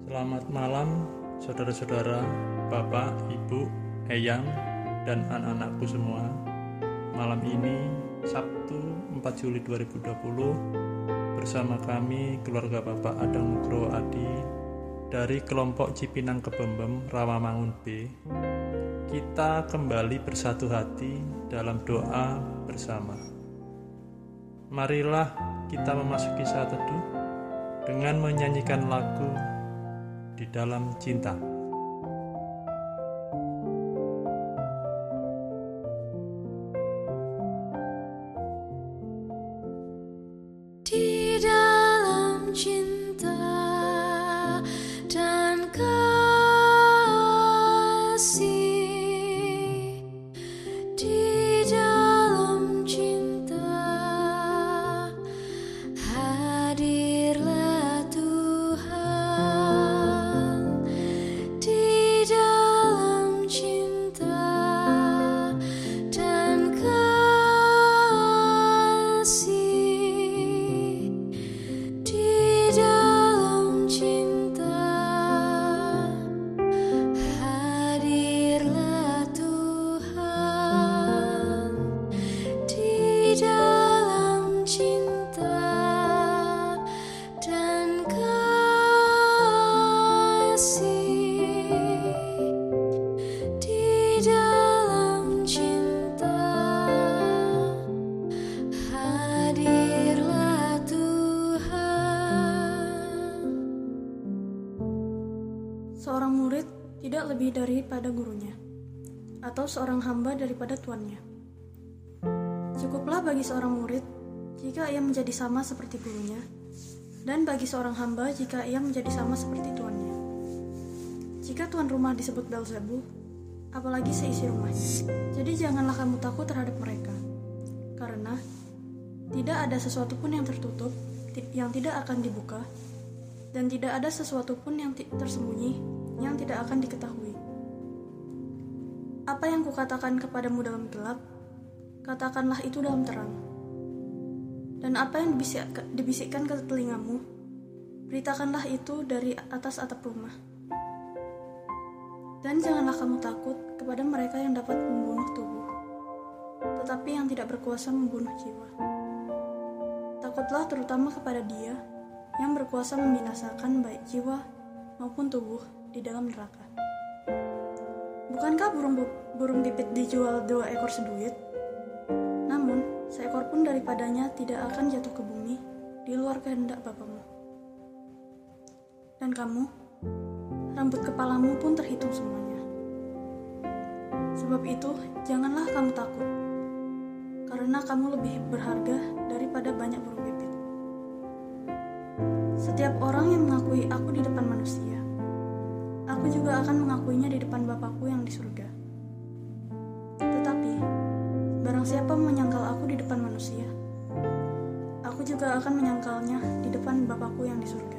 Selamat malam saudara-saudara, bapak, ibu, eyang, dan anak-anakku semua. Malam ini Sabtu 4 Juli 2020 bersama kami keluarga Bapak Adang Nugroho Adi dari kelompok Cipinang Kebembem Rawamangun B. Kita kembali bersatu hati dalam doa bersama. Marilah kita memasuki saat teduh dengan menyanyikan lagu Di Dalam Cinta. Di dalam cinta dan kasih, di dalam cinta hadirlah Tuhan. Di dalam cinta dan kasih, di dalam cinta hadirlah Tuhan. Di dalam cinta dan kasih, di dalam cinta hadirlah Tuhan. Seorang murid tidak lebih daripada gurunya, atau seorang hamba daripada tuannya. Cukuplah bagi seorang murid jika ia menjadi sama seperti gurunya, dan bagi seorang hamba jika ia menjadi sama seperti tuannya. Jika tuan rumah disebut Beelzebul, apalagi seisi rumahnya. Jadi janganlah kamu takut terhadap mereka, karena tidak ada sesuatu pun yang tertutup yang tidak akan dibuka, dan tidak ada sesuatu pun yang tersembunyi yang tidak akan diketahui. Apa yang kukatakan kepadamu dalam gelap, katakanlah itu dalam terang. Dan apa yang dibisikkan ke telingamu, beritakanlah itu dari atas atap rumah. Dan janganlah kamu takut kepada mereka yang dapat membunuh tubuh, tetapi yang tidak berkuasa membunuh jiwa. Takutlah terutama kepada Dia yang berkuasa membinasakan baik jiwa maupun tubuh di dalam neraka. Bukankah burung pipit dijual 2 ekor seduit? Namun, seekor pun daripadanya tidak akan jatuh ke bumi di luar kehendak Bapamu. Dan kamu, rambut kepalamu pun terhitung semuanya. Sebab itu, janganlah kamu takut, karena kamu lebih berharga daripada banyak burung pipit. Setiap orang yang mengakui aku di depan manusia, aku juga akan mengakuinya di depan Bapakku yang di surga. Tetapi, barang siapa menyangkal aku di depan manusia, aku juga akan menyangkalnya di depan Bapakku yang di surga.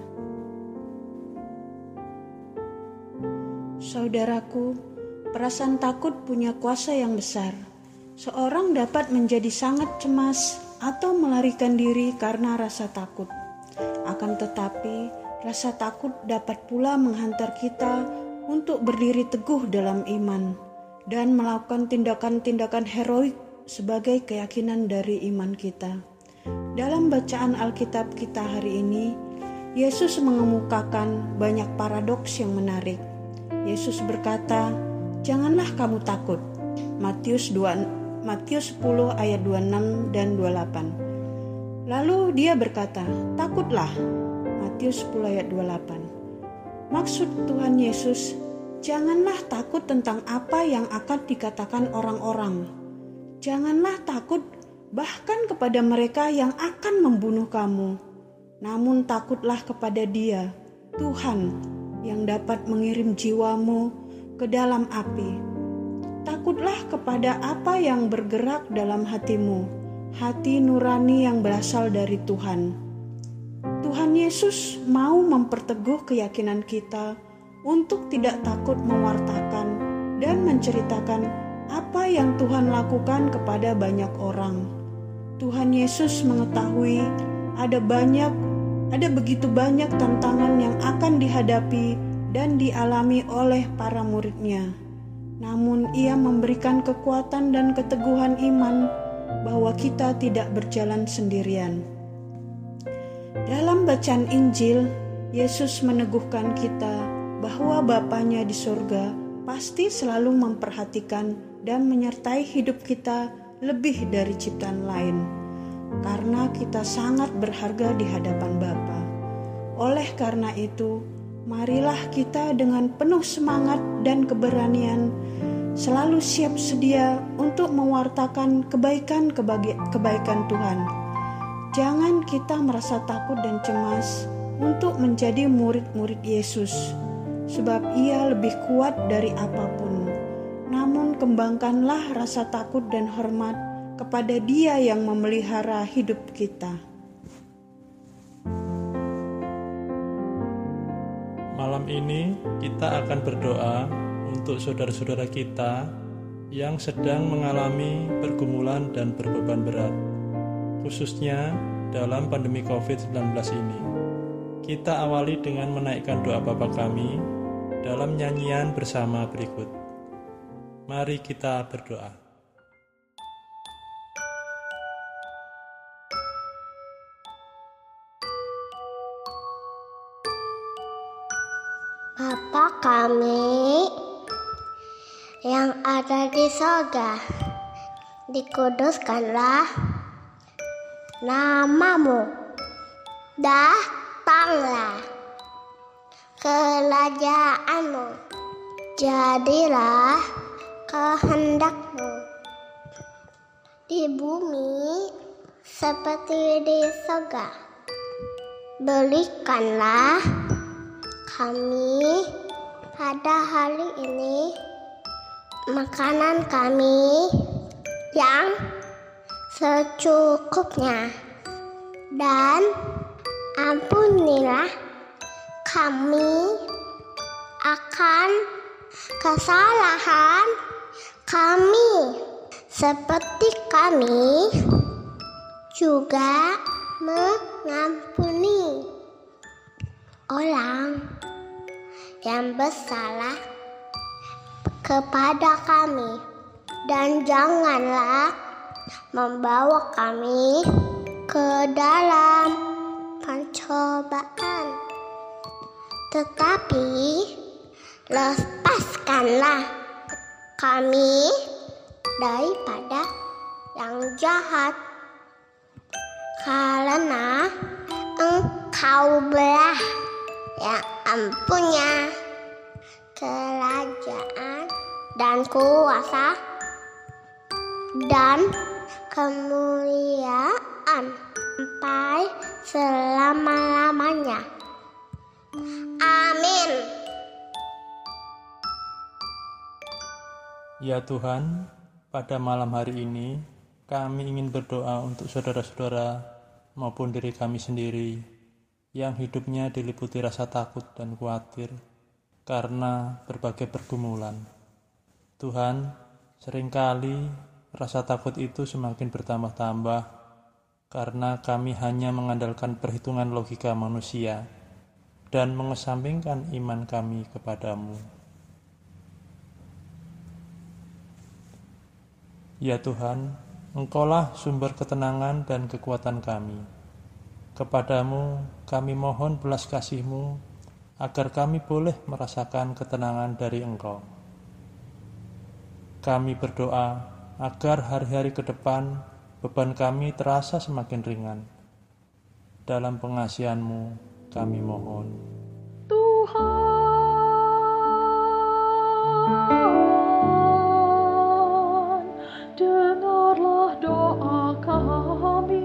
Saudaraku, perasaan takut punya kuasa yang besar. Seorang dapat menjadi sangat cemas atau melarikan diri karena rasa takut. Akan tetapi, rasa takut dapat pula menghantar kita untuk berdiri teguh dalam iman dan melakukan tindakan-tindakan heroik sebagai keyakinan dari iman kita. Dalam bacaan Alkitab kita hari ini, Yesus mengemukakan banyak paradoks yang menarik. Yesus berkata, "Janganlah kamu takut." Matius 10 ayat 26 dan 28. Lalu dia berkata, "Takutlah." Matius 10 ayat 28. Maksud Tuhan Yesus, janganlah takut tentang apa yang akan dikatakan orang-orang. Janganlah takut bahkan kepada mereka yang akan membunuh kamu. Namun takutlah kepada Dia, Tuhan, yang dapat mengirim jiwamu ke dalam api. Takutlah kepada apa yang bergerak dalam hatimu, hati nurani yang berasal dari Tuhan. Tuhan Yesus mau memperteguh keyakinan kita untuk tidak takut mewartakan dan menceritakan apa yang Tuhan lakukan kepada banyak orang. Tuhan Yesus mengetahui ada banyak Ada begitu banyak tantangan yang akan dihadapi dan dialami oleh para murid-Nya. Namun Ia memberikan kekuatan dan keteguhan iman bahwa kita tidak berjalan sendirian. Dalam bacaan Injil, Yesus meneguhkan kita bahwa Bapa-Nya di surga pasti selalu memperhatikan dan menyertai hidup kita lebih dari ciptaan lain. Karena kita sangat berharga di hadapan Bapa. Oleh karena itu, marilah kita dengan penuh semangat dan keberanian selalu siap sedia untuk mewartakan kebaikan Tuhan. Jangan kita merasa takut dan cemas untuk menjadi murid-murid Yesus, sebab Ia lebih kuat dari apapun. Namun kembangkanlah rasa takut dan hormat kepada Dia yang memelihara hidup kita. Malam ini kita akan berdoa untuk saudara-saudara kita yang sedang mengalami pergumulan dan berbeban berat, khususnya dalam pandemi COVID-19 ini. Kita awali dengan menaikkan doa Bapa kami dalam nyanyian bersama berikut. Mari kita berdoa. Bapa kami yang ada di sorga, dikuduskanlah namamu, datanglah kerajaanmu, jadilah kehendakmu di bumi seperti di sorga. Berikanlah kami pada hari ini makanan kami yang secukupnya, dan ampunilah kami akan kesalahan kami, seperti kami juga mengampuni orang yang bersalah kepada kami, dan janganlah membawa kami ke dalam pencobaan, tetapi lepaskanlah kami daripada yang jahat, karena Engkau-lah yang mempunyai kerajaan dan kuasa dan kemuliaan sampai selama-lamanya. Amin. Ya Tuhan, pada malam hari ini kami ingin berdoa untuk saudara-saudara maupun diri kami sendiri yang hidupnya diliputi rasa takut dan khawatir karena berbagai pergumulan. Tuhan, seringkali rasa takut itu semakin bertambah-tambah karena kami hanya mengandalkan perhitungan logika manusia dan mengesampingkan iman kami kepadamu. Ya Tuhan, Engkaulah sumber ketenangan dan kekuatan kami. Kepadamu kami mohon belas kasih-Mu agar kami boleh merasakan ketenangan dari Engkau. Kami berdoa agar hari-hari ke depan beban kami terasa semakin ringan. Dalam pengasihan-Mu kami mohon. Tuhan, dengarlah doa kami.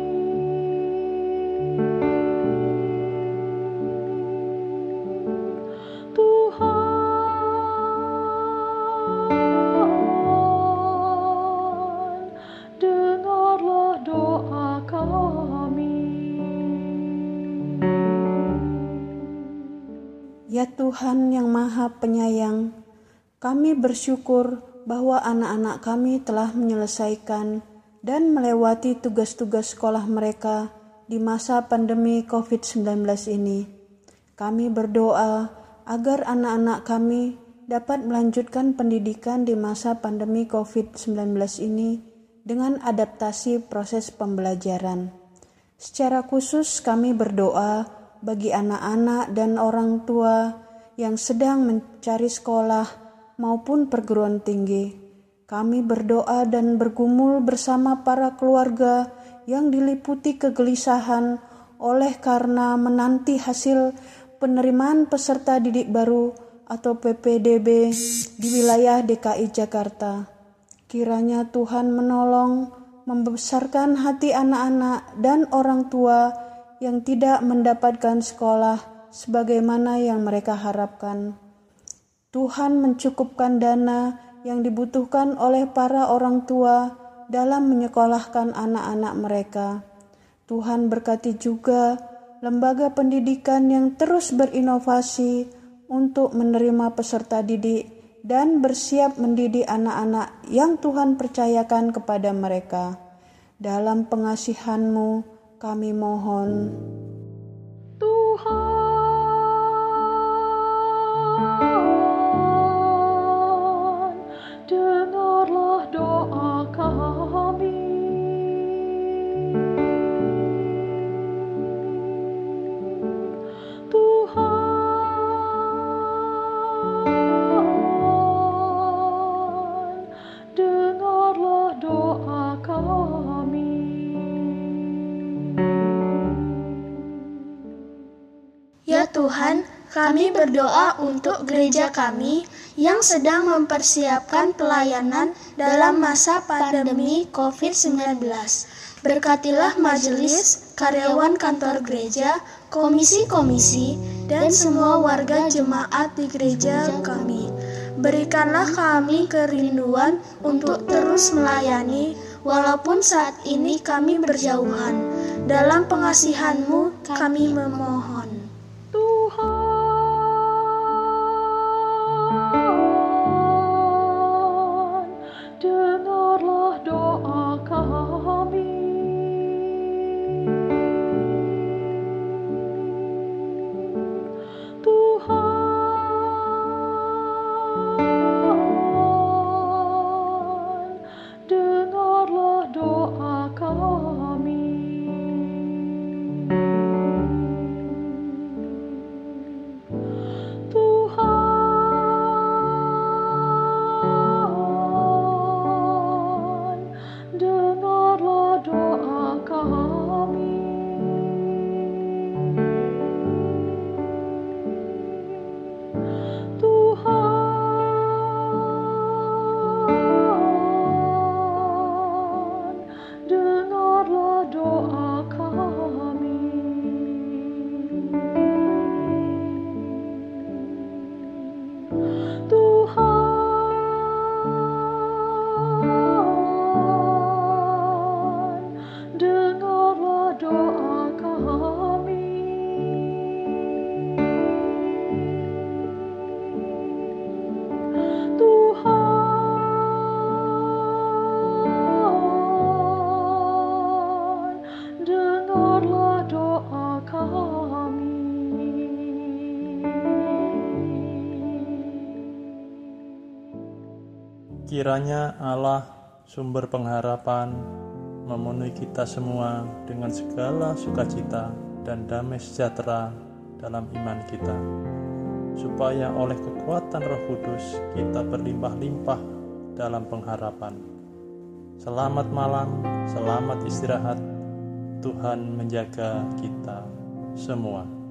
Ya Tuhan yang Maha Penyayang, kami bersyukur bahwa anak-anak kami telah menyelesaikan dan melewati tugas-tugas sekolah mereka di masa pandemi COVID-19 ini. Kami berdoa agar anak-anak kami dapat melanjutkan pendidikan di masa pandemi COVID-19 ini dengan adaptasi proses pembelajaran. Secara khusus kami berdoa bagi anak-anak dan orang tua yang sedang mencari sekolah maupun perguruan tinggi. Kami berdoa dan bergumul bersama para keluarga yang diliputi kegelisahan oleh karena menanti hasil penerimaan peserta didik baru atau PPDB di wilayah DKI Jakarta. Kiranya Tuhan menolong, membesarkan hati anak-anak dan orang tua yang tidak mendapatkan sekolah sebagaimana yang mereka harapkan. Tuhan mencukupkan dana yang dibutuhkan oleh para orang tua dalam menyekolahkan anak-anak mereka. Tuhan berkati juga lembaga pendidikan yang terus berinovasi untuk menerima peserta didik dan bersiap mendidik anak-anak yang Tuhan percayakan kepada mereka. Dalam pengasihan-Mu kami mohon. Tuhan, dengarlah doa kami. Tuhan, dengarlah doa kami. Ya Tuhan, kami berdoa untuk gereja kami yang sedang mempersiapkan pelayanan dalam masa pandemi COVID-19. Berkatilah majelis, karyawan kantor gereja, komisi-komisi, dan semua warga jemaat di gereja kami. Berikanlah kami kerinduan untuk terus melayani, walaupun saat ini kami berjauhan. Dalam pengasihan-Mu kami memohon. Tuhan, dengarlah doa kami. Tuhan, dengarlah doa kami. Tuhan, dengarlah doa kami. Tuhan, dengarlah doa kami. Tuhan, dengarlah doa kami. Tuhan, dengarlah doa kami. Kiranya Allah, sumber pengharapan, memenuhi kita semua dengan segala sukacita dan damai sejahtera dalam iman kita, supaya oleh kekuatan Roh Kudus kita berlimpah-limpah dalam pengharapan. Selamat malam, selamat istirahat. Tuhan menjaga kita semua.